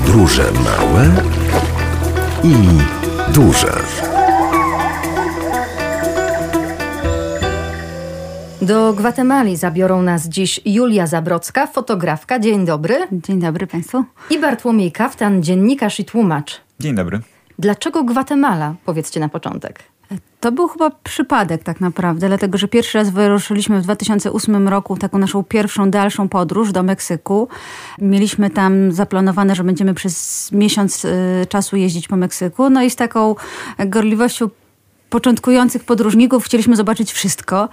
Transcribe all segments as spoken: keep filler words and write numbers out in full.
Podróże małe i duże. Do Gwatemali zabiorą nas dziś Julia Zabrocka, fotografka. Dzień dobry. Dzień dobry Państwu. I Bartłomiej Kaftan, dziennikarz i tłumacz. Dzień dobry. Dlaczego Gwatemala? Powiedzcie na początek. To był chyba przypadek tak naprawdę, dlatego że pierwszy raz wyruszyliśmy w dwa tysiące ósmym roku taką naszą pierwszą, dalszą podróż do Meksyku. Mieliśmy tam zaplanowane, że będziemy przez miesiąc y, czasu jeździć po Meksyku. No i z taką gorliwością początkujących podróżników chcieliśmy zobaczyć wszystko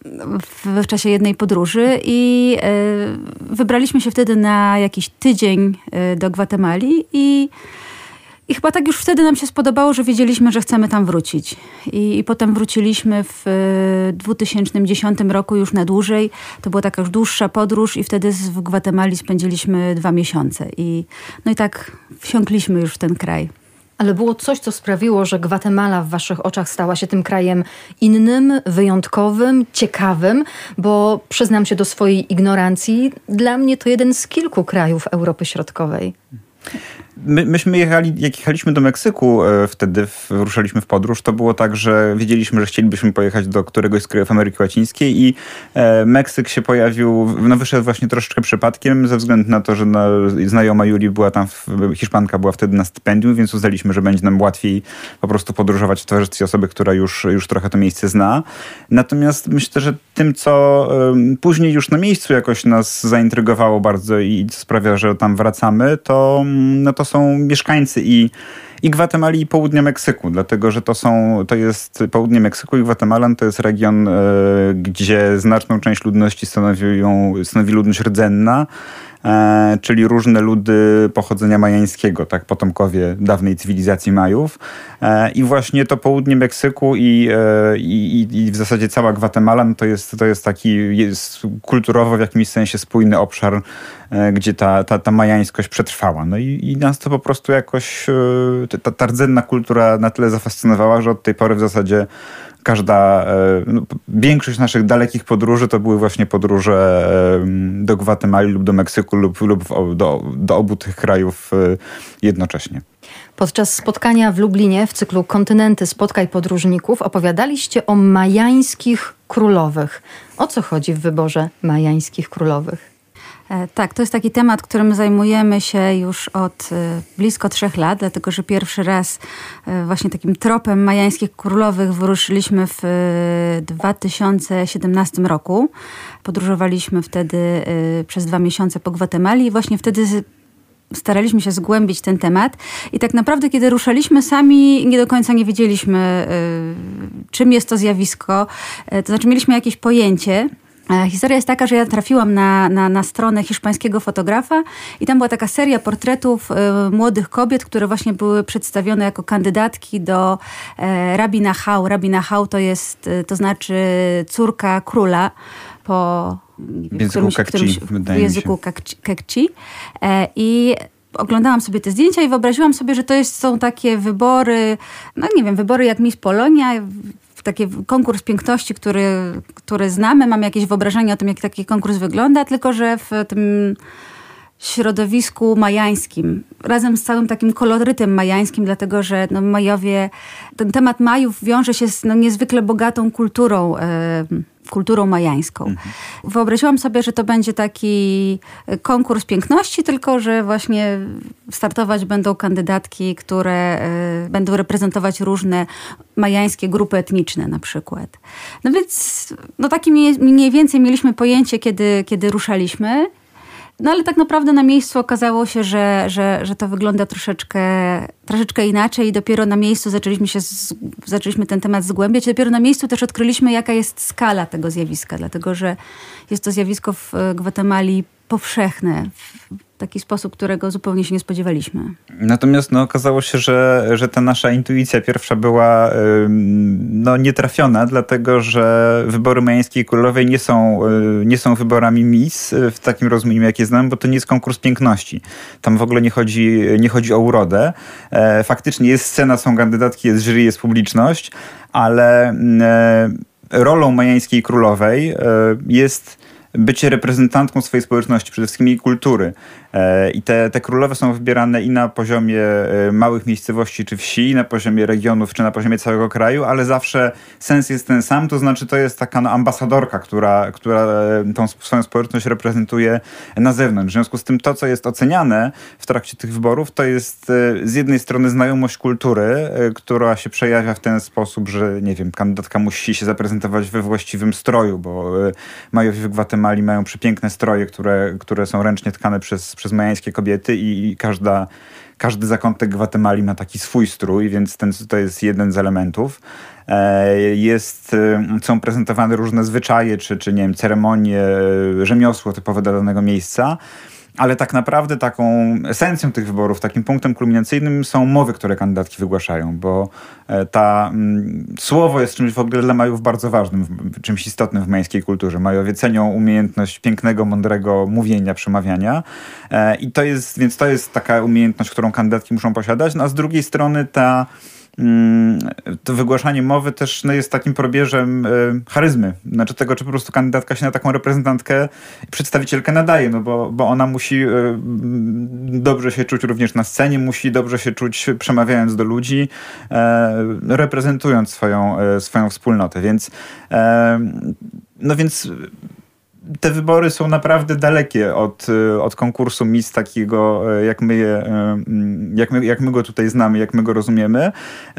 w, w czasie jednej podróży i y, wybraliśmy się wtedy na jakiś tydzień y, do Gwatemali i I chyba tak już wtedy nam się spodobało, że wiedzieliśmy, że chcemy tam wrócić. I, i potem wróciliśmy w dwa tysiące dziesiątym roku już na dłużej. To była taka już dłuższa podróż i wtedy w Gwatemali spędziliśmy dwa miesiące. I, no i tak wsiąkliśmy już w ten kraj. Ale było coś, co sprawiło, że Gwatemala w waszych oczach stała się tym krajem innym, wyjątkowym, ciekawym, bo przyznam się do swojej ignorancji, dla mnie to jeden z kilku krajów Europy Środkowej. My, myśmy jechali, jak jechaliśmy do Meksyku, e, wtedy w, ruszaliśmy w podróż, to było tak, że wiedzieliśmy, że chcielibyśmy pojechać do któregoś z krajów Ameryki Łacińskiej i e, Meksyk się pojawił, no wyszedł właśnie troszeczkę przypadkiem, ze względu na to, że na, znajoma Julii była tam, w, Hiszpanka była wtedy na stypendium, więc uznaliśmy, że będzie nam łatwiej po prostu podróżować w towarzystwie osoby, która już, już trochę to miejsce zna. Natomiast myślę, że tym, co e, później już na miejscu jakoś nas zaintrygowało bardzo i co sprawia, że tam wracamy, to, no to są mieszkańcy i, i Gwatemali, i południa Meksyku, dlatego że to są, to jest południe Meksyku i Gwatemala, to jest region, e, gdzie znaczną część ludności stanowią, stanowi ludność rdzenna, e, czyli różne ludy pochodzenia majańskiego, tak, potomkowie dawnej cywilizacji Majów. E, I właśnie to południe Meksyku i, e, i, i w zasadzie cała Gwatemala, no to jest, to jest taki jest kulturowo w jakimś sensie spójny obszar, e, gdzie ta, ta, ta majańskość przetrwała. No i, i nas to po prostu jakoś, e, ta, ta rdzenna kultura na tyle zafascynowała, że od tej pory w zasadzie każda, no, większość naszych dalekich podróży to były właśnie podróże do Gwatemali lub do Meksyku lub, lub do, do obu tych krajów jednocześnie. Podczas spotkania w Lublinie w cyklu Kontynenty Spotkaj Podróżników opowiadaliście o majańskich królowych. O co chodzi w wyborze majańskich królowych? Tak, to jest taki temat, którym zajmujemy się już od blisko trzech lat, dlatego że pierwszy raz właśnie takim tropem majańskich królowych wyruszyliśmy w dwa tysiące siedemnastym roku. Podróżowaliśmy wtedy przez dwa miesiące po Gwatemali i właśnie wtedy staraliśmy się zgłębić ten temat i tak naprawdę kiedy ruszaliśmy sami nie do końca nie wiedzieliśmy, czym jest to zjawisko, to znaczy mieliśmy jakieś pojęcie. Historia jest taka, że ja trafiłam na, na, na stronę hiszpańskiego fotografa i tam była taka seria portretów y, młodych kobiet, które właśnie były przedstawione jako kandydatki do e, Rabi Nahau. Rabi Nahau to jest, to znaczy córka króla po w języku Kekci, w języku Kekci. E, I oglądałam sobie te zdjęcia i wyobraziłam sobie, że to jest, są takie wybory, no nie wiem, wybory jak Miss Polonia, taki konkurs piękności, który, który znamy, mamy jakieś wyobrażenie o tym, jak taki konkurs wygląda, tylko że w tym środowisku majańskim, razem z całym takim kolorytem majańskim, dlatego że no, Majowie, ten temat Majów wiąże się z no, niezwykle bogatą kulturą, e, kulturą majańską. Mhm. Wyobraziłam sobie, że to będzie taki konkurs piękności, tylko że właśnie startować będą kandydatki, które e, będą reprezentować różne majańskie grupy etniczne na przykład. No więc no, takie mniej, mniej więcej mieliśmy pojęcie, kiedy, kiedy ruszaliśmy. No ale tak naprawdę na miejscu okazało się, że, że, że to wygląda troszeczkę, troszeczkę inaczej i dopiero na miejscu zaczęliśmy się z, zaczęliśmy ten temat zgłębiać. Dopiero na miejscu też odkryliśmy, jaka jest skala tego zjawiska, dlatego że jest to zjawisko w Gwatemali powszechne, w taki sposób, którego zupełnie się nie spodziewaliśmy. Natomiast no, okazało się, że, że ta nasza intuicja pierwsza była no, nietrafiona, dlatego że wybory majańskiej królowej nie są, nie są wyborami Miss w takim rozumieniu, jakie znam, bo to nie jest konkurs piękności. Tam w ogóle nie chodzi, nie chodzi o urodę. Faktycznie jest scena, są kandydatki, jest jury, jest publiczność, ale rolą majańskiej królowej jest bycie reprezentantką swojej społeczności, przede wszystkim jej kultury. I te, te królowe są wybierane i na poziomie małych miejscowości czy wsi, na poziomie regionów czy na poziomie całego kraju, ale zawsze sens jest ten sam, to znaczy to jest taka no, ambasadorka, która, która tą swoją społeczność reprezentuje na zewnątrz. W związku z tym to, co jest oceniane w trakcie tych wyborów, to jest z jednej strony znajomość kultury, która się przejawia w ten sposób, że nie wiem, kandydatka musi się zaprezentować we właściwym stroju, bo Majowie w Gwatemali mają przepiękne stroje, które, które są ręcznie tkane przez, przez majańskie kobiety i, i każda, każdy zakątek Gwatemali ma taki swój strój, więc ten, to jest jeden z elementów. Jest, są prezentowane różne zwyczaje, czy, czy nie wiem, ceremonie, rzemiosło typowe dla danego miejsca. Ale tak naprawdę taką esencją tych wyborów, takim punktem kulminacyjnym są mowy, które kandydatki wygłaszają, bo ta mm, słowo jest czymś w ogóle dla Majów bardzo ważnym, czymś istotnym w majańskiej kulturze. Majowie cenią umiejętność pięknego, mądrego mówienia, przemawiania e, i to jest, więc to jest taka umiejętność, którą kandydatki muszą posiadać, no a z drugiej strony ta to wygłaszanie mowy też no, jest takim probierzem y, charyzmy. Znaczy tego, czy po prostu kandydatka się na taką reprezentantkę, przedstawicielkę nadaje, no bo, bo ona musi y, dobrze się czuć również na scenie, musi dobrze się czuć przemawiając do ludzi, y, reprezentując swoją, y, swoją wspólnotę. Więc, y, no więc te wybory są naprawdę dalekie od, od konkursu Miss takiego, jak my, je, jak, my, jak my go tutaj znamy, jak my go rozumiemy.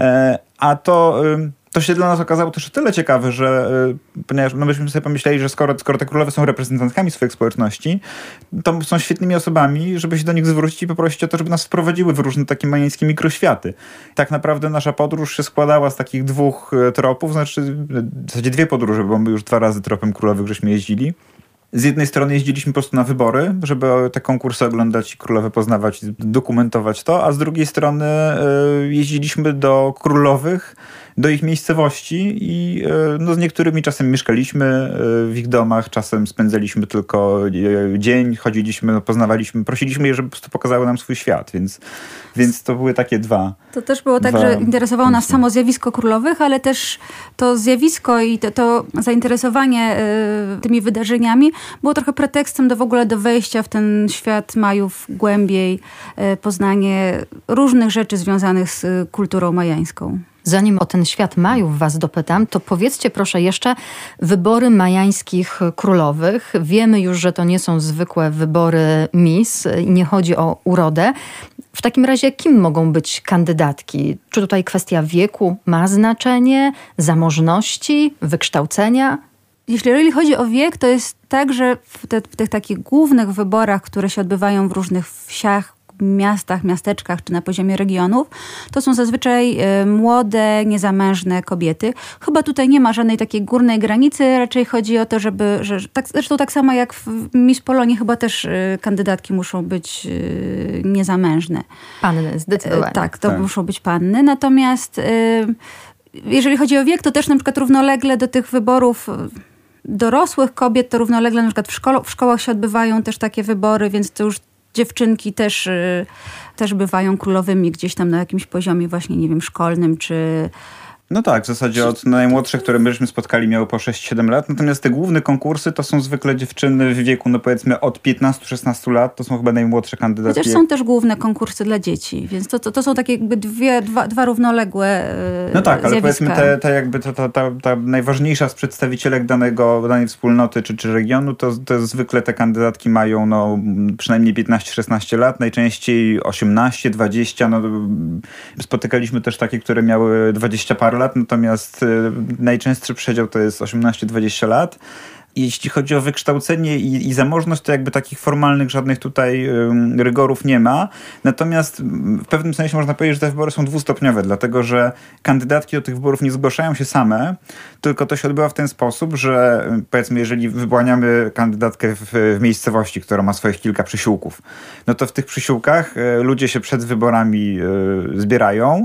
A to, to się dla nas okazało też o tyle ciekawe, że ponieważ no myśmy sobie pomyśleli, że skoro, skoro te królowe są reprezentantkami swoich społeczności, to są świetnymi osobami, żeby się do nich zwrócić i poprosić o to, żeby nas wprowadziły w różne takie majańskie mikroświaty. Tak naprawdę nasza podróż się składała z takich dwóch tropów, znaczy w zasadzie dwie podróże, bo my już dwa razy tropem królowych żeśmy jeździli. Z jednej strony jeździliśmy po prostu na wybory, żeby te konkursy oglądać i królowe poznawać, dokumentować to, a z drugiej strony jeździliśmy do królowych, do ich miejscowości i no, z niektórymi czasem mieszkaliśmy w ich domach, czasem spędzaliśmy tylko dzień, chodziliśmy, poznawaliśmy, prosiliśmy je, żeby po prostu pokazały nam swój świat, więc, więc to były takie dwa. To też było tak, dwa, że interesowało nas samo zjawisko królowych, ale też to zjawisko i to, to zainteresowanie y, tymi wydarzeniami było trochę pretekstem do w ogóle do wejścia w ten świat Majów głębiej, y, poznanie różnych rzeczy związanych z y, kulturą majańską. Zanim o ten świat Majów was dopytam, to powiedzcie proszę jeszcze wybory majańskich królowych. Wiemy już, że to nie są zwykłe wybory Miss i nie chodzi o urodę. W takim razie kim mogą być kandydatki? Czy tutaj kwestia wieku ma znaczenie, zamożności, wykształcenia? Jeżeli chodzi o wiek, to jest tak, że w, te, w tych takich głównych wyborach, które się odbywają w różnych wsiach, miastach, miasteczkach czy na poziomie regionów, to są zazwyczaj y, młode, niezamężne kobiety. Chyba tutaj nie ma żadnej takiej górnej granicy, raczej chodzi o to, żeby, że, tak, zresztą tak samo jak w Miss Polonii chyba też y, kandydatki muszą być y, niezamężne. Panny, zdecydowanie. Y, tak, to tak. muszą być panny. Natomiast y, jeżeli chodzi o wiek, to też na przykład równolegle do tych wyborów dorosłych kobiet, to równolegle na przykład w, szko- w szkołach się odbywają też takie wybory, więc to już dziewczynki też, y, też bywają królowymi gdzieś tam na jakimś poziomie właśnie, nie wiem, szkolnym czy... No tak, w zasadzie od najmłodszych, które myśmy spotkali, miały po sześć siedem lat, natomiast te główne konkursy to są zwykle dziewczyny w wieku, no powiedzmy od piętnastu szesnastu lat, to są chyba najmłodsze kandydatki. Chociaż są też główne konkursy dla dzieci, więc to, to, to są takie jakby dwie, dwa, dwa równoległe yy, No tak, ale zjawiska. powiedzmy te, te jakby ta, ta, ta, ta najważniejsza z przedstawicielek danego, danej wspólnoty czy, czy regionu, to, to zwykle te kandydatki mają no, przynajmniej piętnaście szesnaście lat, najczęściej osiemnaście dwadzieścia, no, spotykaliśmy też takie, które miały dwadzieścia parę lat, natomiast y, najczęstszy przedział to jest osiemnaście dwadzieścia lat. Jeśli chodzi o wykształcenie i, i zamożność, to jakby takich formalnych żadnych tutaj y, rygorów nie ma. Natomiast w pewnym sensie można powiedzieć, że te wybory są dwustopniowe, dlatego że kandydatki do tych wyborów nie zgłaszają się same, tylko to się odbywa w ten sposób, że powiedzmy, jeżeli wyłaniamy kandydatkę w, w miejscowości, która ma swoich kilka przysiłków, no to w tych przysiłkach y, ludzie się przed wyborami y, zbierają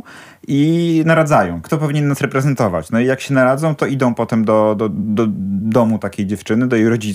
i naradzają, kto powinien nas reprezentować. No i jak się naradzą, to idą potem do, do, do domu takiej dziewczyny, do jej rodziców. No,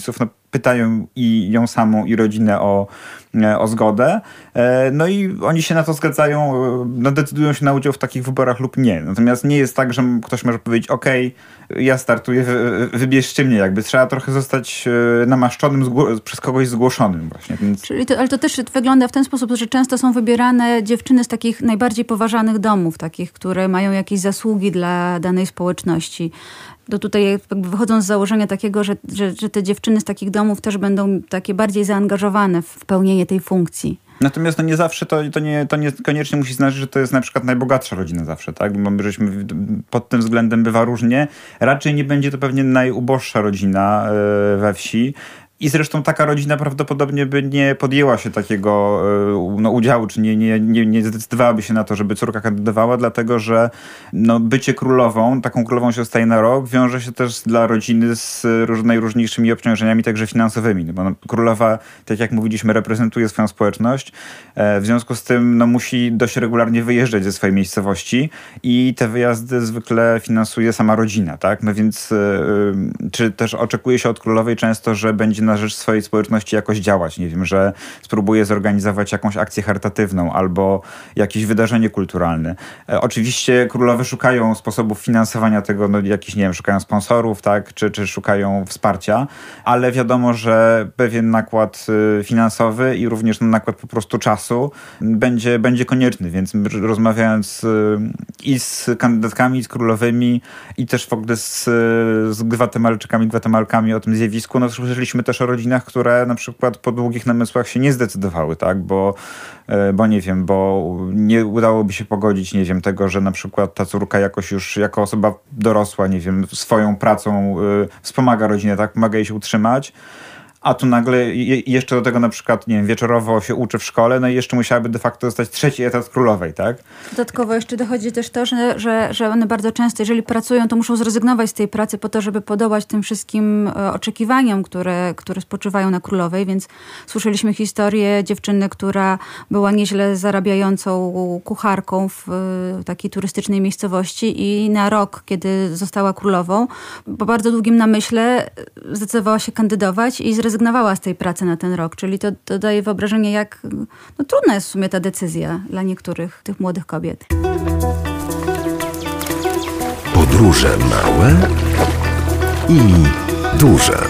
pytają i ją samą, i rodzinę o, o zgodę. No i oni się na to zgadzają, no decydują się na udział w takich wyborach lub nie. Natomiast nie jest tak, że ktoś może powiedzieć, okej, okay, ja startuję, wybierzcie mnie. Jakby trzeba trochę zostać namaszczonym zgło- przez kogoś zgłoszonym właśnie. Więc... Czyli to, ale to też wygląda w ten sposób, że często są wybierane dziewczyny z takich najbardziej poważanych domów, takich, które mają jakieś zasługi dla danej społeczności. To tutaj jakby wychodzą z założenia takiego, że, że, że te dziewczyny z takich domów też będą takie bardziej zaangażowane w pełnienie tej funkcji. Natomiast no nie zawsze to, to, nie, to nie koniecznie musi znaczyć, że to jest na przykład najbogatsza rodzina zawsze, tak? Bo my żeśmy pod tym względem bywa różnie. Raczej nie będzie to pewnie najuboższa rodzina yy, we wsi. I zresztą taka rodzina prawdopodobnie by nie podjęła się takiego no, udziału, czy nie, nie, nie, nie zdecydowałaby się na to, żeby córka kandydowała, dlatego że no, bycie królową, taką królową się zostaje na rok, wiąże się też dla rodziny z róż, najróżniejszymi obciążeniami, także finansowymi. No, bo no, królowa, tak jak mówiliśmy, reprezentuje swoją społeczność, e, w związku z tym no, musi dość regularnie wyjeżdżać ze swojej miejscowości i te wyjazdy zwykle finansuje sama rodzina, tak? No więc e, czy też oczekuje się od królowej często, że będzie na rzecz swojej społeczności jakoś działać. Nie wiem, że spróbuje zorganizować jakąś akcję charytatywną albo jakieś wydarzenie kulturalne. E, oczywiście królowe szukają sposobów finansowania tego, no jakiś, nie wiem, szukają sponsorów, tak, czy, czy szukają wsparcia, ale wiadomo, że pewien nakład y, finansowy i również no, nakład po prostu czasu będzie, będzie konieczny, więc rozmawiając y, i z kandydatkami, i z królowymi, i też w ogóle z, z Gwatemalczykami, Gwatemalkami o tym zjawisku, no słyszeliśmy też o rodzinach, które na przykład po długich namysłach się nie zdecydowały, tak, bo, bo nie wiem, bo nie udałoby się pogodzić, nie wiem, tego, że na przykład ta córka jakoś już jako osoba dorosła, nie wiem, swoją pracą y, wspomaga rodzinę, tak, pomaga jej się utrzymać, a tu nagle je, jeszcze do tego na przykład, nie wiem, wieczorowo się uczy w szkole, no i jeszcze musiałaby de facto dostać trzeci etat królowej, tak? Dodatkowo jeszcze dochodzi też to, że, że, że one bardzo często, jeżeli pracują, to muszą zrezygnować z tej pracy po to, żeby podołać tym wszystkim oczekiwaniom, które, które spoczywają na królowej, więc słyszeliśmy historię dziewczyny, która była nieźle zarabiającą kucharką w takiej turystycznej miejscowości i na rok, kiedy została królową, po bardzo długim namyśle zdecydowała się kandydować i zrezygnowała z tej pracy na ten rok. Czyli to, to daje wyobrażenie, jak no, trudna jest w sumie ta decyzja dla niektórych tych młodych kobiet. Podróże małe i duże.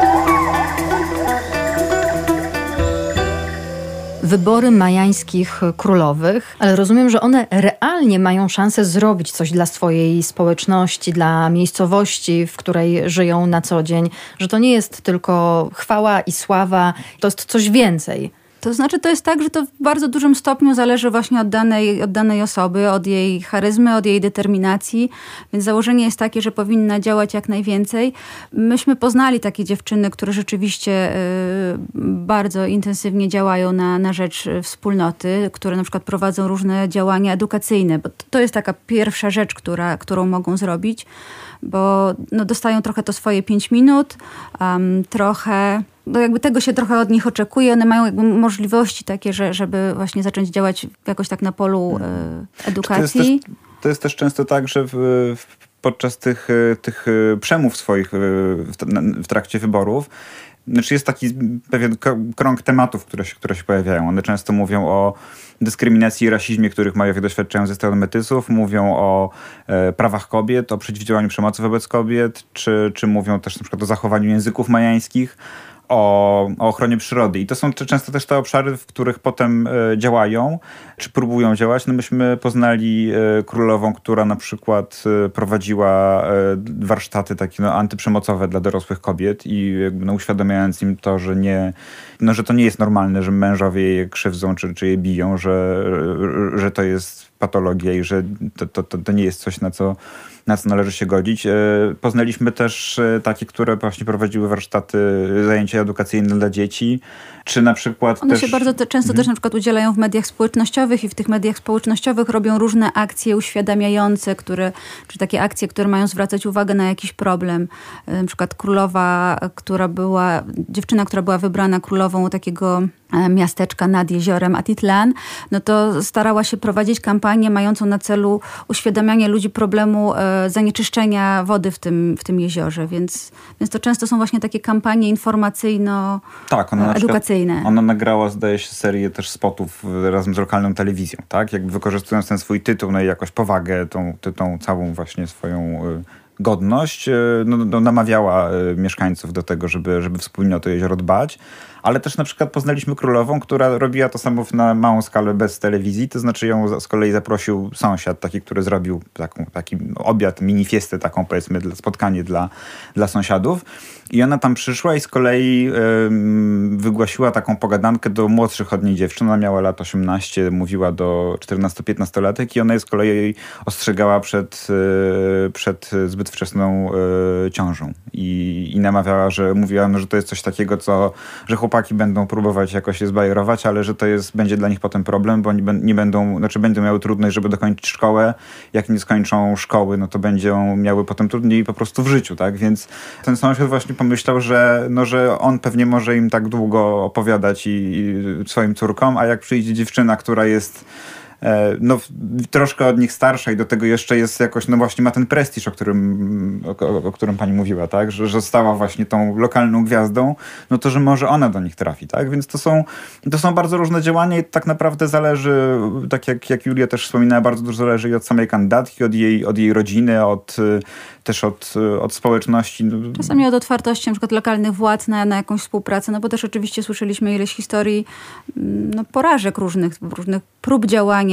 Wybory majańskich królowych, ale rozumiem, że one realnie mają szansę zrobić coś dla swojej społeczności, dla miejscowości, w której żyją na co dzień, że to nie jest tylko chwała i sława, to jest coś więcej. To znaczy, to jest tak, że to w bardzo dużym stopniu zależy właśnie od danej, od danej osoby, od jej charyzmy, od jej determinacji, więc założenie jest takie, że powinna działać jak najwięcej. Myśmy poznali takie dziewczyny, które rzeczywiście y, bardzo intensywnie działają na, na rzecz wspólnoty, które na przykład prowadzą różne działania edukacyjne, bo to, to jest taka pierwsza rzecz, która, którą mogą zrobić, bo no, dostają trochę to swoje pięć minut, um, trochę... No jakby tego się trochę od nich oczekuje. One mają jakby możliwości takie, że, żeby właśnie zacząć działać jakoś tak na polu e, edukacji. To jest, też, to jest też często tak, że w, w, podczas tych, tych przemów swoich w, w trakcie wyborów, znaczy jest taki pewien krąg tematów, które się, które się pojawiają. One często mówią o dyskryminacji i rasizmie, których majowie doświadczają ze strony metyców, mówią o e, prawach kobiet, o przeciwdziałaniu przemocy wobec kobiet, czy, czy mówią też na przykład o zachowaniu języków majańskich, O, o ochronie przyrody. I to są często też te obszary, w których potem e, działają, czy próbują działać. No myśmy poznali e, królową, która na przykład e, prowadziła e, warsztaty takie no, antyprzemocowe dla dorosłych kobiet i jakby, no, uświadamiając im to, że nie, no, że to nie jest normalne, że mężowie je krzywdzą, czy, czy je biją, że, że to jest patologia i że to, to, to, to nie jest coś, na co na co należy się godzić. Poznaliśmy też takie, które właśnie prowadziły warsztaty, zajęcia edukacyjne dla dzieci, czy na przykład One też... się bardzo te, często mhm. też na przykład udzielają w mediach społecznościowych i w tych mediach społecznościowych robią różne akcje uświadamiające, które, czy takie akcje, które mają zwracać uwagę na jakiś problem. Na przykład królowa, która była, dziewczyna, która była wybrana królową takiego miasteczka nad jeziorem Atitlan, no to starała się prowadzić kampanię mającą na celu uświadamianie ludzi problemu e, zanieczyszczenia wody w tym, w tym jeziorze, więc, więc to często są właśnie takie kampanie informacyjno tak, ona edukacyjne. Przykład, ona nagrała, zdaje się, serię też spotów razem z lokalną telewizją, tak? Jakby wykorzystując ten swój tytuł, no i jakoś powagę, tą, tą całą właśnie swoją y, godność, y, no, no, namawiała y, mieszkańców do tego, żeby, żeby wspólnie o to jezioro dbać. Ale też na przykład poznaliśmy królową, która robiła to samo na małą skalę bez telewizji, to znaczy ją z kolei zaprosił sąsiad, taki, który zrobił taką, taki obiad, minifiestę taką, powiedzmy, dla, spotkanie dla, dla sąsiadów. I ona tam przyszła i z kolei y, wygłosiła taką pogadankę do młodszych od niej dziewczyn. Ona miała lat osiemnaście, mówiła do czternasto-piętnastolatek i ona jej z kolei ostrzegała przed, y, przed zbyt wczesną y, ciążą. I, i namawiała, że mówiła, no, że to jest coś takiego, co, że chłopaki będą próbować jakoś się zbajerować, ale że to jest, będzie dla nich potem problem, bo oni nie będą, znaczy będą miały trudność, żeby dokończyć szkołę. Jak nie skończą szkoły, no to będą miały potem trudniej po prostu w życiu, tak? Więc ten sąsiad właśnie pomyślał, że, no, że on pewnie może im tak długo opowiadać i, i swoim córkom, a jak przyjdzie dziewczyna, która jest no, troszkę od nich starsza i do tego jeszcze jest jakoś, no właśnie ma ten prestiż, o którym, o, o którym pani mówiła, tak? Że, że stała właśnie tą lokalną gwiazdą, no to, że może ona do nich trafi, tak? Więc to są, to są bardzo różne działania i tak naprawdę zależy, tak jak, jak Julia też wspominała, bardzo dużo zależy i od samej kandydatki, od jej, od jej rodziny, od, też od, od społeczności. Czasami od otwartości na przykład lokalnych władz na, na jakąś współpracę, no bo też oczywiście słyszeliśmy ileś historii no, porażek różnych, różnych prób działania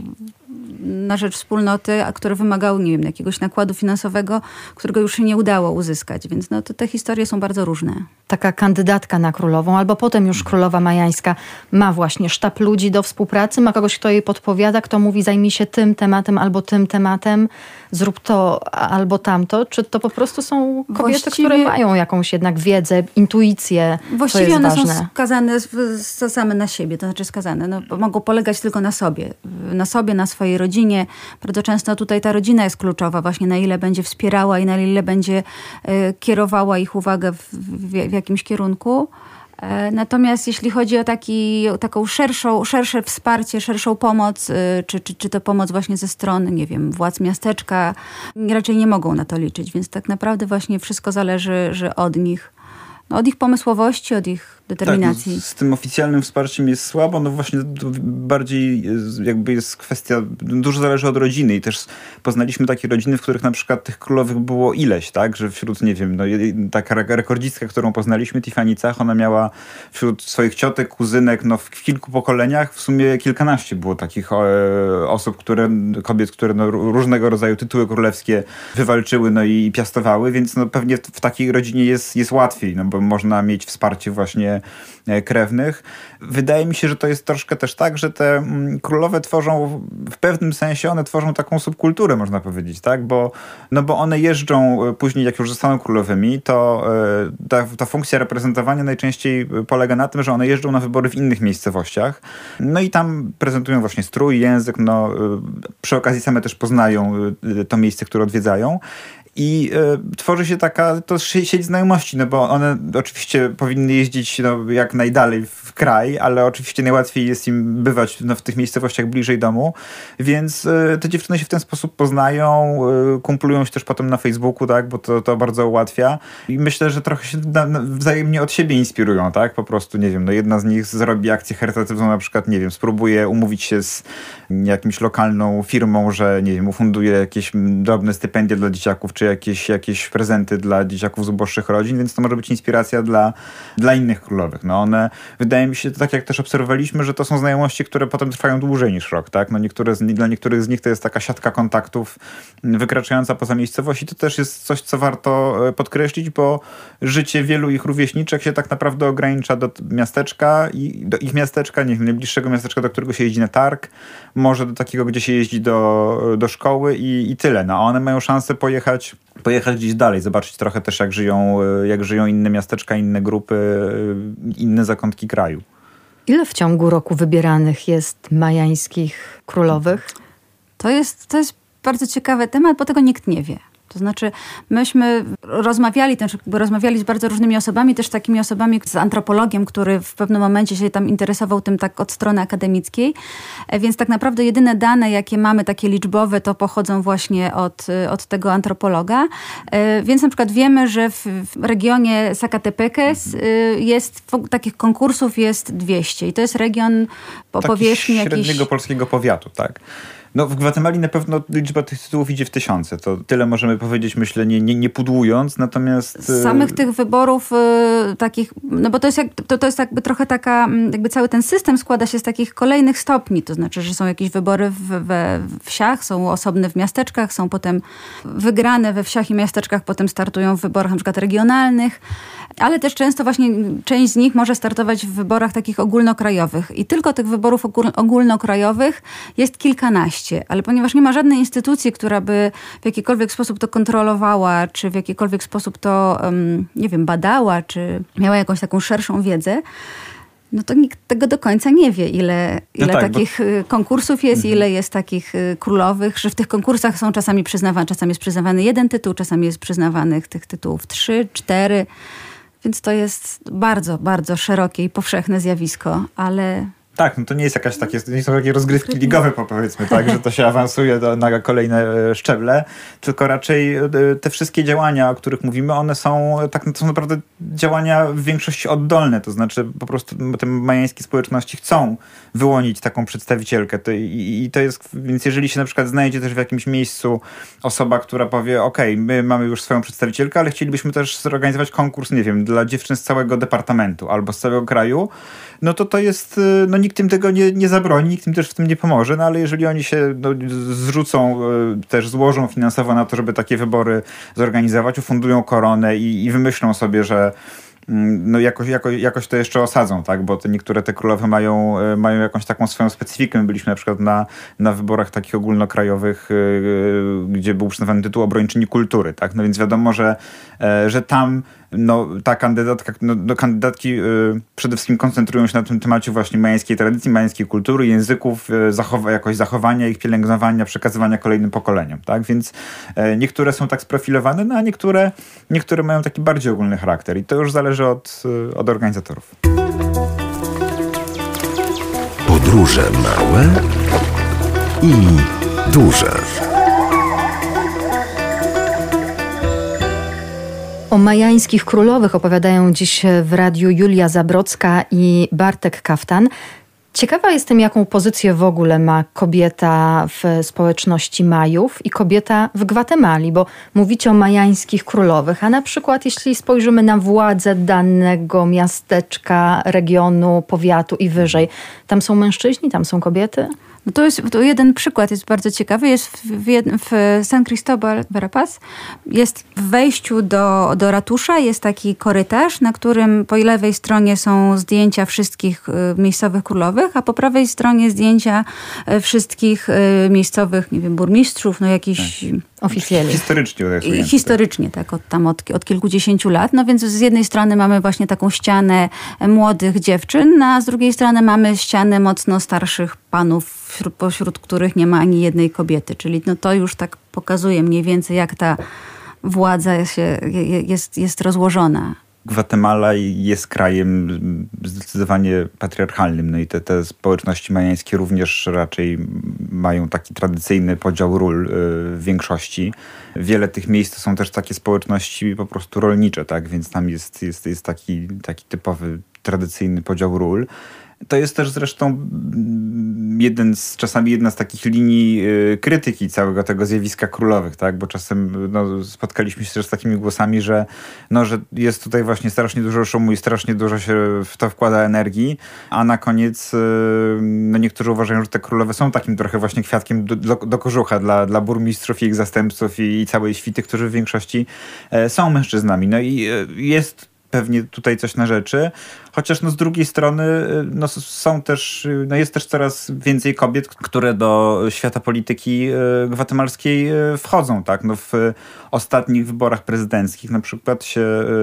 na rzecz wspólnoty, a które wymagały, nie wiem, jakiegoś nakładu finansowego, którego już się nie udało uzyskać. Więc no, to te historie są bardzo różne. Taka kandydatka na królową, albo potem już królowa majańska ma właśnie sztab ludzi do współpracy, ma kogoś, kto jej podpowiada, kto mówi zajmij się tym tematem albo tym tematem, zrób to albo tamto. Czy to po prostu są kobiety, Właściwie... które mają jakąś jednak wiedzę, intuicję, Właściwie co jest one ważne? są skazane same na siebie, to znaczy skazane. No, mogą polegać tylko na sobie. Na sobie, na swojej rodzinie. Bardzo często tutaj ta rodzina jest kluczowa, właśnie na ile będzie wspierała i na ile będzie y, kierowała ich uwagę w, w, w jakimś kierunku. E, natomiast jeśli chodzi o taki, o taką szerszą, szersze wsparcie, szerszą pomoc, y, czy, czy, czy to pomoc właśnie ze strony, nie wiem, władz miasteczka, raczej nie mogą na to liczyć. Więc tak naprawdę właśnie wszystko zależy że od nich. No, od ich pomysłowości, od ich determinacji. Tak, no, z tym oficjalnym wsparciem jest słabo, no właśnie bardziej jakby jest kwestia, dużo zależy od rodziny i też poznaliśmy takie rodziny, w których na przykład tych królowych było ileś, tak, że wśród, nie wiem, no taka rekordzistka, którą poznaliśmy, Tiffany Cach, ona miała wśród swoich ciotek, kuzynek, no w kilku pokoleniach w sumie kilkanaście było takich e, osób, które, kobiet, które no, różnego rodzaju tytuły królewskie wywalczyły, no i piastowały, więc no pewnie w, w takiej rodzinie jest, jest łatwiej, no bo można mieć wsparcie właśnie krewnych. Wydaje mi się, że to jest troszkę też tak, że te mm, królowe tworzą, w pewnym sensie one tworzą taką subkulturę, można powiedzieć, tak? Bo, no bo one jeżdżą później, jak już zostaną królowymi, to y, ta, ta funkcja reprezentowania najczęściej polega na tym, że one jeżdżą na wybory w innych miejscowościach. No i tam prezentują właśnie strój, język, no y, przy okazji same też poznają y, to miejsce, które odwiedzają. I y, tworzy się taka to sieć znajomości, no bo one oczywiście powinny jeździć no, jak najdalej w kraj, ale oczywiście najłatwiej jest im bywać no, w tych miejscowościach bliżej domu, więc y, te dziewczyny się w ten sposób poznają, y, kumplują się też potem na Facebooku, tak, bo to, to bardzo ułatwia i myślę, że trochę się na, na, wzajemnie od siebie inspirują, tak, po prostu, nie wiem, no jedna z nich zrobi akcję charytatywną, na przykład, nie wiem, spróbuje umówić się z jakimś lokalną firmą, że, nie wiem, ufunduje jakieś drobne stypendia dla dzieciaków, czy jakieś, jakieś prezenty dla dzieciaków z uboższych rodzin, więc to może być inspiracja dla, dla innych królowych. No one, wydaje mi się, tak jak też obserwowaliśmy, że to są znajomości, które potem trwają dłużej niż rok, tak? No niektóre z, dla niektórych z nich to jest taka siatka kontaktów wykraczająca poza miejscowość i to też jest coś, co warto podkreślić, bo życie wielu ich rówieśniczek się tak naprawdę ogranicza do miasteczka i do ich miasteczka, nie wiem, najbliższego miasteczka, do którego się jeździ na targ, może do takiego, gdzie się jeździ do, do szkoły i, i tyle. No a one mają szansę pojechać pojechać, pojechać gdzieś dalej, zobaczyć trochę też jak żyją, jak żyją inne miasteczka, inne grupy, inne zakątki kraju. Ile w ciągu roku wybieranych jest majańskich królowych? To jest, to jest bardzo ciekawy temat, bo tego nikt nie wie. To znaczy, myśmy rozmawiali, też rozmawiali z bardzo różnymi osobami, też takimi osobami z antropologiem, który w pewnym momencie się tam interesował tym tak od strony akademickiej. Więc tak naprawdę jedyne dane, jakie mamy, takie liczbowe, to pochodzą właśnie od, od tego antropologa. Więc na przykład wiemy, że w, w regionie Zacatepecas jest, takich konkursów jest dwieście. I to jest region po powierzchni średniego jakiś... polskiego powiatu, tak? No w Gwatemali na pewno liczba tych tytułów idzie w tysiące. To tyle możemy powiedzieć, myślę, nie, nie, nie pudłując, natomiast... Z samych tych wyborów y, takich, no bo to jest, jak, to, to jest jakby trochę taka, jakby cały ten system składa się z takich kolejnych stopni, to znaczy, że są jakieś wybory w, we wsiach, są osobne w miasteczkach, są potem wygrane we wsiach i miasteczkach, potem startują w wyborach na przykład regionalnych, ale też często właśnie część z nich może startować w wyborach takich ogólnokrajowych i tylko tych wyborów ogól, ogólnokrajowych jest kilkanaście. Ale ponieważ nie ma żadnej instytucji, która by w jakikolwiek sposób to kontrolowała, czy w jakikolwiek sposób to, um, nie wiem, badała, czy miała jakąś taką szerszą wiedzę, no to nikt tego do końca nie wie, ile, ile no tak, takich bo... konkursów jest, mhm. ile jest takich królowych, że w tych konkursach są czasami przyznawani, czasami jest przyznawany jeden tytuł, czasami jest przyznawanych tych tytułów trzy, cztery, więc to jest bardzo, bardzo szerokie i powszechne zjawisko, ale... Tak, no to nie jest jakaś takie, nie są takie rozgrywki ligowe, powiedzmy, tak, że to się awansuje do, na kolejne szczeble, tylko raczej te wszystkie działania, o których mówimy, one są tak, to są naprawdę działania w większości oddolne, to znaczy po prostu te majańskie społeczności chcą wyłonić taką przedstawicielkę to, i, i to jest, więc jeżeli się na przykład znajdzie też w jakimś miejscu osoba, która powie, okej, okay, my mamy już swoją przedstawicielkę, ale chcielibyśmy też zorganizować konkurs, nie wiem, dla dziewczyn z całego departamentu albo z całego kraju, no to to jest, no nikt im tego nie, nie zabroni, nikt im też w tym nie pomoże, no ale jeżeli oni się no, zrzucą, też złożą finansowo na to, żeby takie wybory zorganizować, ufundują koronę i, i wymyślą sobie, że no jakoś, jakoś, jakoś to jeszcze osadzą, tak? Bo te niektóre te królowe mają, mają jakąś taką swoją specyfikę. My byliśmy na przykład na, na wyborach takich ogólnokrajowych, yy, gdzie był przyznawany tytuł obrończyni kultury, tak? No więc wiadomo, że, yy, że tam no, ta kandydatka, no, no, kandydatki yy, przede wszystkim koncentrują się na tym temacie właśnie majańskiej tradycji, majańskiej kultury, języków, yy, zachowa- jakoś zachowania ich, pielęgnowania, przekazywania kolejnym pokoleniom, tak? Więc yy, niektóre są tak sprofilowane, no a niektóre, niektóre mają taki bardziej ogólny charakter i to już zależy od, yy, od organizatorów. Podróże małe i duże. O majańskich królowych opowiadają dziś w radiu Julia Zabrocka i Bartek Kaftan. Ciekawa jestem, jaką pozycję w ogóle ma kobieta w społeczności Majów i kobieta w Gwatemali, bo mówicie o majańskich królowych, a na przykład jeśli spojrzymy na władzę danego miasteczka, regionu, powiatu i wyżej, tam są mężczyźni, tam są kobiety? No to jest to jeden przykład, jest bardzo ciekawy. Jest w, w, w San Cristobal Verapaz. Jest w wejściu do, do ratusza jest taki korytarz, na którym po lewej stronie są zdjęcia wszystkich y, miejscowych królowych, a po prawej stronie zdjęcia y, wszystkich y, miejscowych, nie wiem, burmistrzów, no jakichś... Tak. Oficjalnie. Historycznie. I, historycznie, tak, od, tam od, od kilkudziesięciu lat. No więc z jednej strony mamy właśnie taką ścianę młodych dziewczyn, a z drugiej strony mamy ścianę mocno starszych panów, wśród, pośród których nie ma ani jednej kobiety. Czyli no to już tak pokazuje mniej więcej, jak ta władza się, jest, jest rozłożona. Gwatemala jest krajem zdecydowanie patriarchalnym, no i te, te społeczności majańskie również raczej mają taki tradycyjny podział ról w większości. Wiele tych miejsc to są też takie społeczności po prostu rolnicze, tak, więc tam jest, jest, jest taki, taki typowy, tradycyjny podział ról. To jest też zresztą jeden z, czasami jedna z takich linii y, krytyki całego tego zjawiska królowych, tak? Bo czasem no, spotkaliśmy się też z takimi głosami, że, no, że jest tutaj właśnie strasznie dużo szumu i strasznie dużo się w to wkłada energii, a na koniec y, no, niektórzy uważają, że te królowe są takim trochę właśnie kwiatkiem do, do, do kożucha dla, dla burmistrzów i ich zastępców i, i całej świty, którzy w większości y, są mężczyznami. No i y, jest pewnie tutaj coś na rzeczy, chociaż no z drugiej strony no są też, no jest też coraz więcej kobiet, które do świata polityki gwatemalskiej wchodzą, tak? No w ostatnich wyborach prezydenckich na przykład się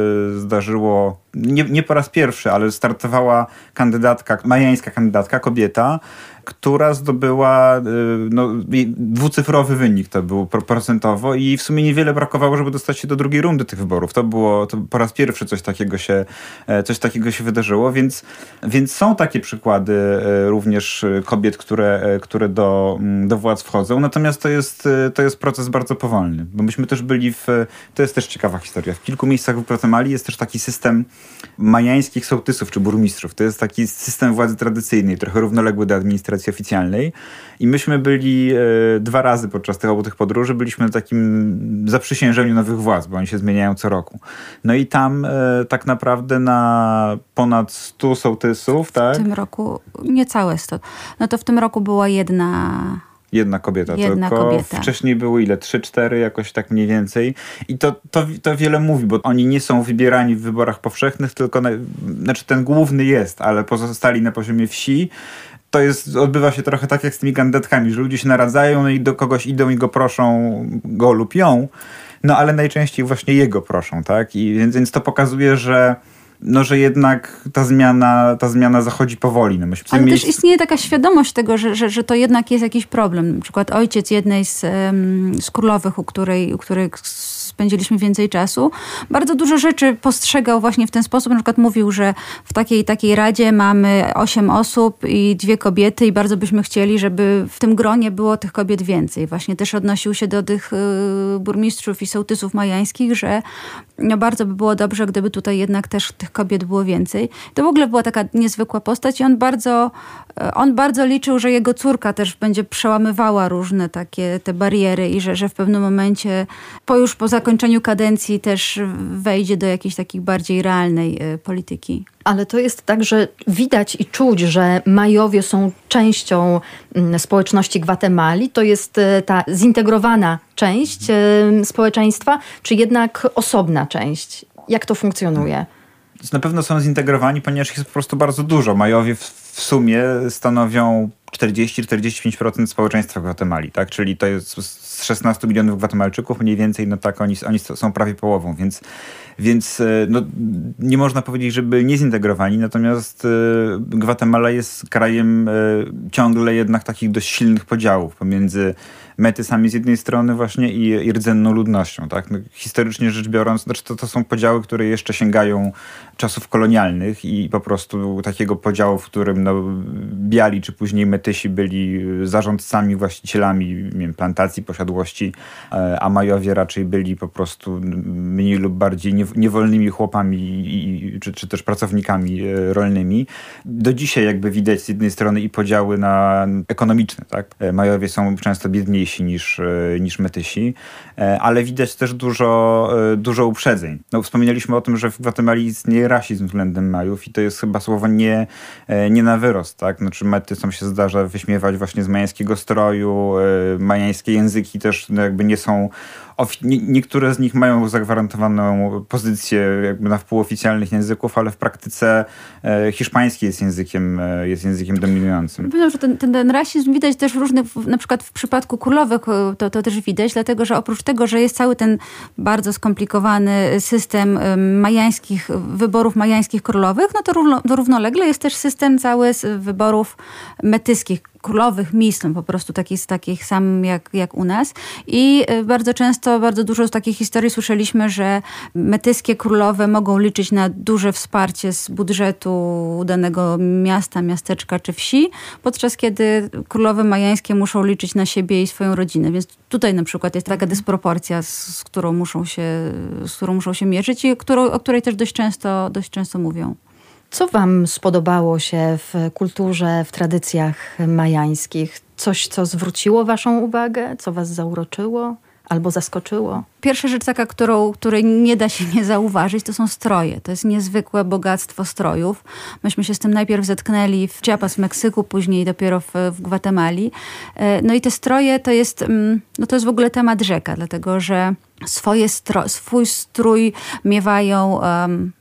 zdarzyło, nie, nie po raz pierwszy, ale startowała kandydatka, majańska kandydatka, kobieta, która zdobyła no, dwucyfrowy wynik, to był procentowo i w sumie niewiele brakowało, żeby dostać się do drugiej rundy tych wyborów. To było to po raz pierwszy coś takiego się, coś takiego się wydarzyło, więc, więc są takie przykłady również kobiet, które, które do, do władz wchodzą. Natomiast to jest, to jest proces bardzo powolny, bo myśmy też byli w, to jest też ciekawa historia, w kilku miejscach w Gwatemali jest też taki system majańskich sołtysów czy burmistrzów. To jest taki system władzy tradycyjnej, trochę równoległy do administracji oficjalnej i myśmy byli e, dwa razy podczas tych obu tych podróży, byliśmy na takim zaprzysiężeniu nowych władz, bo oni się zmieniają co roku. No i tam e, tak naprawdę na ponad stu sołtysów, tak? W tym roku niecałe sto. No to w tym roku była jedna... Jedna kobieta, Jedna tylko kobieta. Wcześniej było ile? Trzy, cztery, jakoś tak mniej więcej. I to, to, to wiele mówi, bo oni nie są wybierani w wyborach powszechnych, tylko na, znaczy ten główny jest, ale pozostali na poziomie wsi. To jest, odbywa się trochę tak jak z tymi kandydatkami, że ludzie się naradzają no i do kogoś idą i go proszą, go lub ją, no ale najczęściej właśnie jego proszą, tak? I więc, więc to pokazuje, że no, że jednak ta zmiana, ta zmiana zachodzi powoli. No, ale miejsc... też istnieje taka świadomość tego, że, że, że to jednak jest jakiś problem. Na przykład ojciec jednej z, um, z królowych, u której, u której spędziliśmy więcej czasu, bardzo dużo rzeczy postrzegał właśnie w ten sposób. Na przykład mówił, że w takiej takiej radzie mamy osiem osób i dwie kobiety i bardzo byśmy chcieli, żeby w tym gronie było tych kobiet więcej. Właśnie też odnosił się do tych y, burmistrzów i sołtysów majańskich, że no bardzo by było dobrze, gdyby tutaj jednak też tych kobiet było więcej. To w ogóle była taka niezwykła postać i on bardzo, on bardzo liczył, że jego córka też będzie przełamywała różne takie te bariery i że, że w pewnym momencie, po już po zakończeniu kadencji też wejdzie do jakiejś takiej bardziej realnej y, polityki. Ale to jest tak, że widać i czuć, że Majowie są częścią społeczności Gwatemali. To jest ta zintegrowana część społeczeństwa, czy jednak osobna część? Jak to funkcjonuje? Na pewno są zintegrowani, ponieważ jest po prostu bardzo dużo. Majowie w, w sumie stanowią czterdzieści do czterdziestu pięciu procent społeczeństwa Gwatemali, tak? Czyli to jest z szesnastu milionów Gwatemalczyków mniej więcej, no tak, oni, oni są prawie połową, więc, więc no, nie można powiedzieć, że byli niezintegrowani, natomiast y, Gwatemala jest krajem y, ciągle jednak takich dość silnych podziałów pomiędzy metysami z jednej strony właśnie i, i rdzenną ludnością, tak? No, historycznie rzecz biorąc, znaczy to, to są podziały, które jeszcze sięgają czasów kolonialnych i po prostu takiego podziału, w którym no, biali czy później metysi byli zarządcami, właścicielami nie wiem, plantacji, posiadłości, a Majowie raczej byli po prostu mniej lub bardziej niewolnymi chłopami i, czy, czy też pracownikami rolnymi. Do dzisiaj jakby widać z jednej strony i podziały na ekonomiczne, tak? Majowie są często biedniejsi niż, niż metysi, ale widać też dużo, dużo uprzedzeń. No, wspominaliśmy o tym, że w Gwatemali istnieje rasizm względem Majów i to jest chyba słowo nie, nie na wyrost, tak? Znaczy metysom się zdarza wyśmiewać właśnie z majańskiego stroju, majańskie języki też no, jakby nie są niektóre z nich mają zagwarantowaną pozycję jakby na wpół oficjalnych języków, ale w praktyce e, hiszpański jest językiem, e, jest językiem dominującym. Myślę, że ten, ten, ten rasizm widać też w różnych, na przykład w przypadku królowych to, to też widać, dlatego że oprócz tego, że jest cały ten bardzo skomplikowany system majańskich, wyborów majańskich królowych, no to równo, to równolegle jest też system cały z wyborów metyskich, królowych misl, po prostu takich, takich sam jak, jak u nas. I bardzo często, bardzo dużo z takich historii słyszeliśmy, że metyskie królowe mogą liczyć na duże wsparcie z budżetu danego miasta, miasteczka czy wsi, podczas kiedy królowe majańskie muszą liczyć na siebie i swoją rodzinę. Więc tutaj na przykład jest taka dysproporcja, z, z którą muszą się, z którą muszą się mierzyć i którą, o której też dość często, dość często mówią. Co wam spodobało się w kulturze, w tradycjach majańskich? Coś, co zwróciło waszą uwagę? Co was zauroczyło albo zaskoczyło? Pierwsza rzecz taka, którą, której nie da się nie zauważyć, to są stroje. To jest niezwykłe bogactwo strojów. Myśmy się z tym najpierw zetknęli w Chiapas w Meksyku, później dopiero w, w Gwatemali. No i te stroje to jest, no to jest w ogóle temat rzeka, dlatego że swoje stro, swój strój miewają um,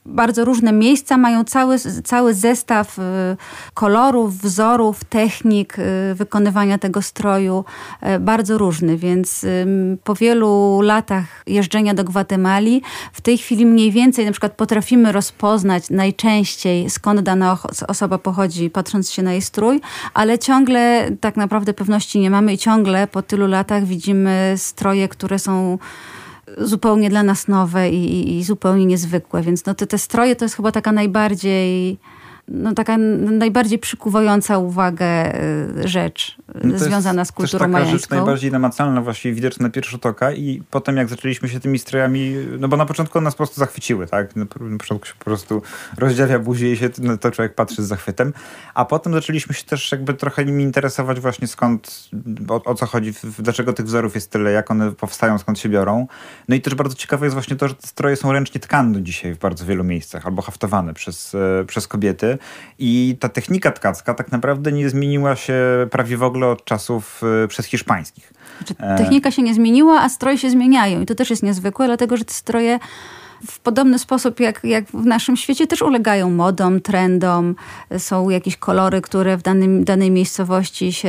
bardzo różne miejsca mają cały, cały zestaw kolorów, wzorów, technik wykonywania tego stroju, bardzo różny, więc po wielu latach jeżdżenia do Gwatemali w tej chwili mniej więcej na przykład potrafimy rozpoznać najczęściej, skąd dana osoba pochodzi, patrząc się na jej strój, ale ciągle tak naprawdę pewności nie mamy i ciągle po tylu latach widzimy stroje, które są zupełnie dla nas nowe i, i zupełnie niezwykłe. Więc no te, te stroje to jest chyba taka najbardziej, no taka najbardziej przykuwająca uwagę rzecz no związana z kulturą majańską. To jest taka rzecz najbardziej namacalna, właściwie widoczna na pierwszy rzut oka i potem jak zaczęliśmy się tymi strojami, no bo na początku nas po prostu zachwyciły, tak? Na początku się po prostu rozdziawia buzię i się no to człowiek patrzy z zachwytem, a potem zaczęliśmy się też jakby trochę nimi interesować właśnie skąd, o, o co chodzi, dlaczego tych wzorów jest tyle, jak one powstają, skąd się biorą. No i też bardzo ciekawe jest właśnie to, że te stroje są ręcznie tkane do dzisiaj w bardzo wielu miejscach, albo haftowane przez, przez kobiety. I ta technika tkacka tak naprawdę nie zmieniła się prawie w ogóle od czasów przedhiszpańskich. Znaczy, technika się nie zmieniła, a stroje się zmieniają. I to też jest niezwykłe, dlatego że te stroje w podobny sposób jak, jak w naszym świecie też ulegają modom, trendom. Są jakieś kolory, które w danym, danej miejscowości się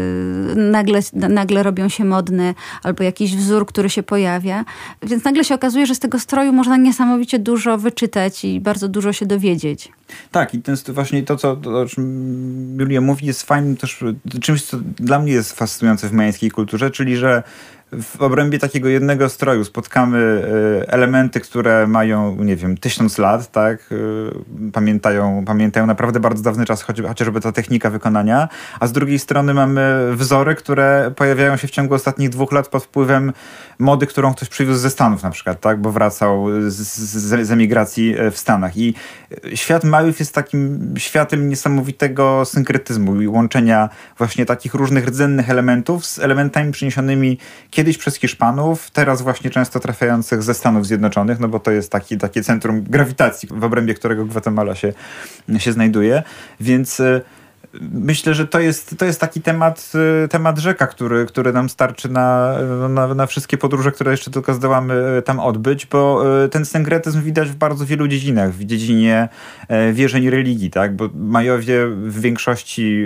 nagle, nagle robią się modne, albo jakiś wzór, który się pojawia. Więc nagle się okazuje, że z tego stroju można niesamowicie dużo wyczytać i bardzo dużo się dowiedzieć. Tak, i ten, właśnie to, co, to, o czym Julia mówi, jest fajnym też czymś, co dla mnie jest fascynujące w majańskiej kulturze, czyli że w obrębie takiego jednego stroju spotkamy elementy, które mają, nie wiem, tysiąc lat, tak? Pamiętają, pamiętają naprawdę bardzo dawny czas, chociażby ta technika wykonania, a z drugiej strony mamy wzory, które pojawiają się w ciągu ostatnich dwóch lat pod wpływem mody, którą ktoś przywiózł ze Stanów na przykład, tak? Bo wracał z, z, z emigracji w Stanach. I świat Majów jest takim światem niesamowitego synkretyzmu i łączenia właśnie takich różnych rdzennych elementów z elementami przyniesionymi kiedyś przez Hiszpanów, teraz właśnie często trafiających ze Stanów Zjednoczonych, no bo to jest taki, takie centrum grawitacji, w obrębie którego Gwatemala się, się znajduje. Więc myślę, że to jest, to jest taki temat, temat rzeka, który, który nam starczy na, na, na wszystkie podróże, które jeszcze tylko zdołamy tam odbyć, bo ten synkretyzm widać w bardzo wielu dziedzinach, w dziedzinie wierzeń i religii, tak? Bo Majowie w większości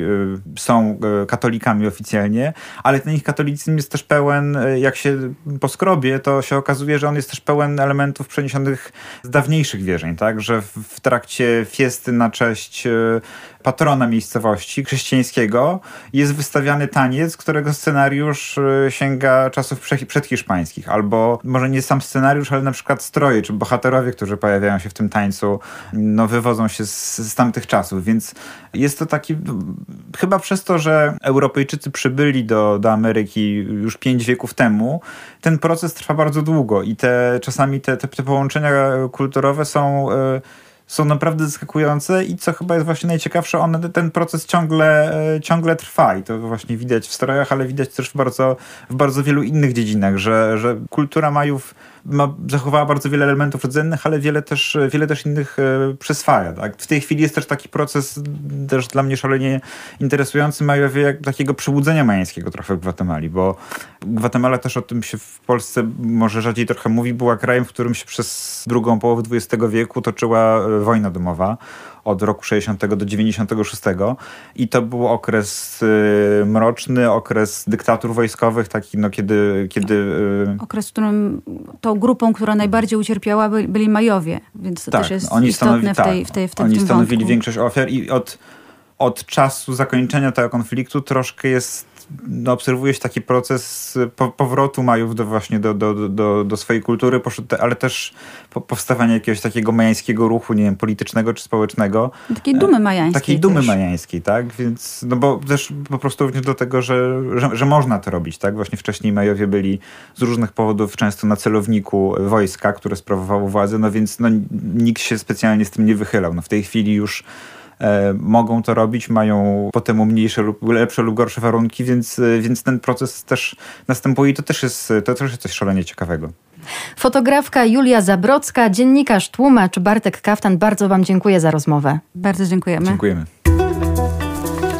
są katolikami oficjalnie, ale ten ich katolicyzm jest też pełen, jak się poskrobie, to się okazuje, że on jest też pełen elementów przeniesionych z dawniejszych wierzeń, tak? Że w, w trakcie fiesty na cześć patrona miejscowości chrześcijańskiego jest wystawiany taniec, którego scenariusz sięga czasów przedhiszpańskich. Albo może nie sam scenariusz, ale na przykład stroje, czy bohaterowie, którzy pojawiają się w tym tańcu, no wywodzą się z, z tamtych czasów. Więc jest to taki, chyba przez to, że Europejczycy przybyli do, do Ameryki już pięć wieków temu, ten proces trwa bardzo długo i te czasami te, te, te połączenia kulturowe są... Yy, są naprawdę zaskakujące i co chyba jest właśnie najciekawsze, one, ten proces ciągle, ciągle trwa i to właśnie widać w strojach, ale widać też w bardzo, w bardzo wielu innych dziedzinach, że, że kultura Majów ma, zachowała bardzo wiele elementów rdzennych, ale wiele też, wiele też innych e, przyswaja. Tak? W tej chwili jest też taki proces też dla mnie szalenie interesujący Majowie, jak takiego przebudzenia majańskiego trochę w Gwatemali, bo Gwatemala też o tym się w Polsce może rzadziej trochę mówi, była krajem, w którym się przez drugą połowę dwudziestego wieku toczyła wojna domowa od roku sześćdziesiątego do dziewięćdziesiątego szóstego i to był okres y, mroczny, okres dyktatur wojskowych, taki no kiedy... kiedy y... Okres, w którym tą grupą, która najbardziej ucierpiała by, byli Majowie, więc to tak, też jest oni istotne w, tej, w, tej, w tym Oni tym stanowili wątku. większość ofiar i od, od czasu zakończenia tego konfliktu troszkę jest no, obserwuje się taki proces po, powrotu Majów do właśnie do, do, do, do swojej kultury, ale też po, powstawania jakiegoś takiego majańskiego ruchu, nie wiem, politycznego czy społecznego. Takiej dumy majańskiej. Takiej dumy też. majańskiej, tak? Więc, no bo też po prostu również do tego, że, że, że można to robić, tak? Właśnie wcześniej Majowie byli z różnych powodów często na celowniku wojska, które sprawowało władzę, no więc no, nikt się specjalnie z tym nie wychylał. No w tej chwili już E, mogą to robić, mają potem mniejsze lub lepsze lub gorsze warunki, więc, więc ten proces też następuje i to też jest, to też jest coś szalenie ciekawego. Fotografka Julia Zabrocka, dziennikarz, tłumacz Bartek Kaftan. Bardzo wam dziękuję za rozmowę. Bardzo dziękujemy. Dziękujemy.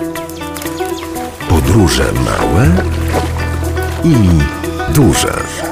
Podróże małe i duże.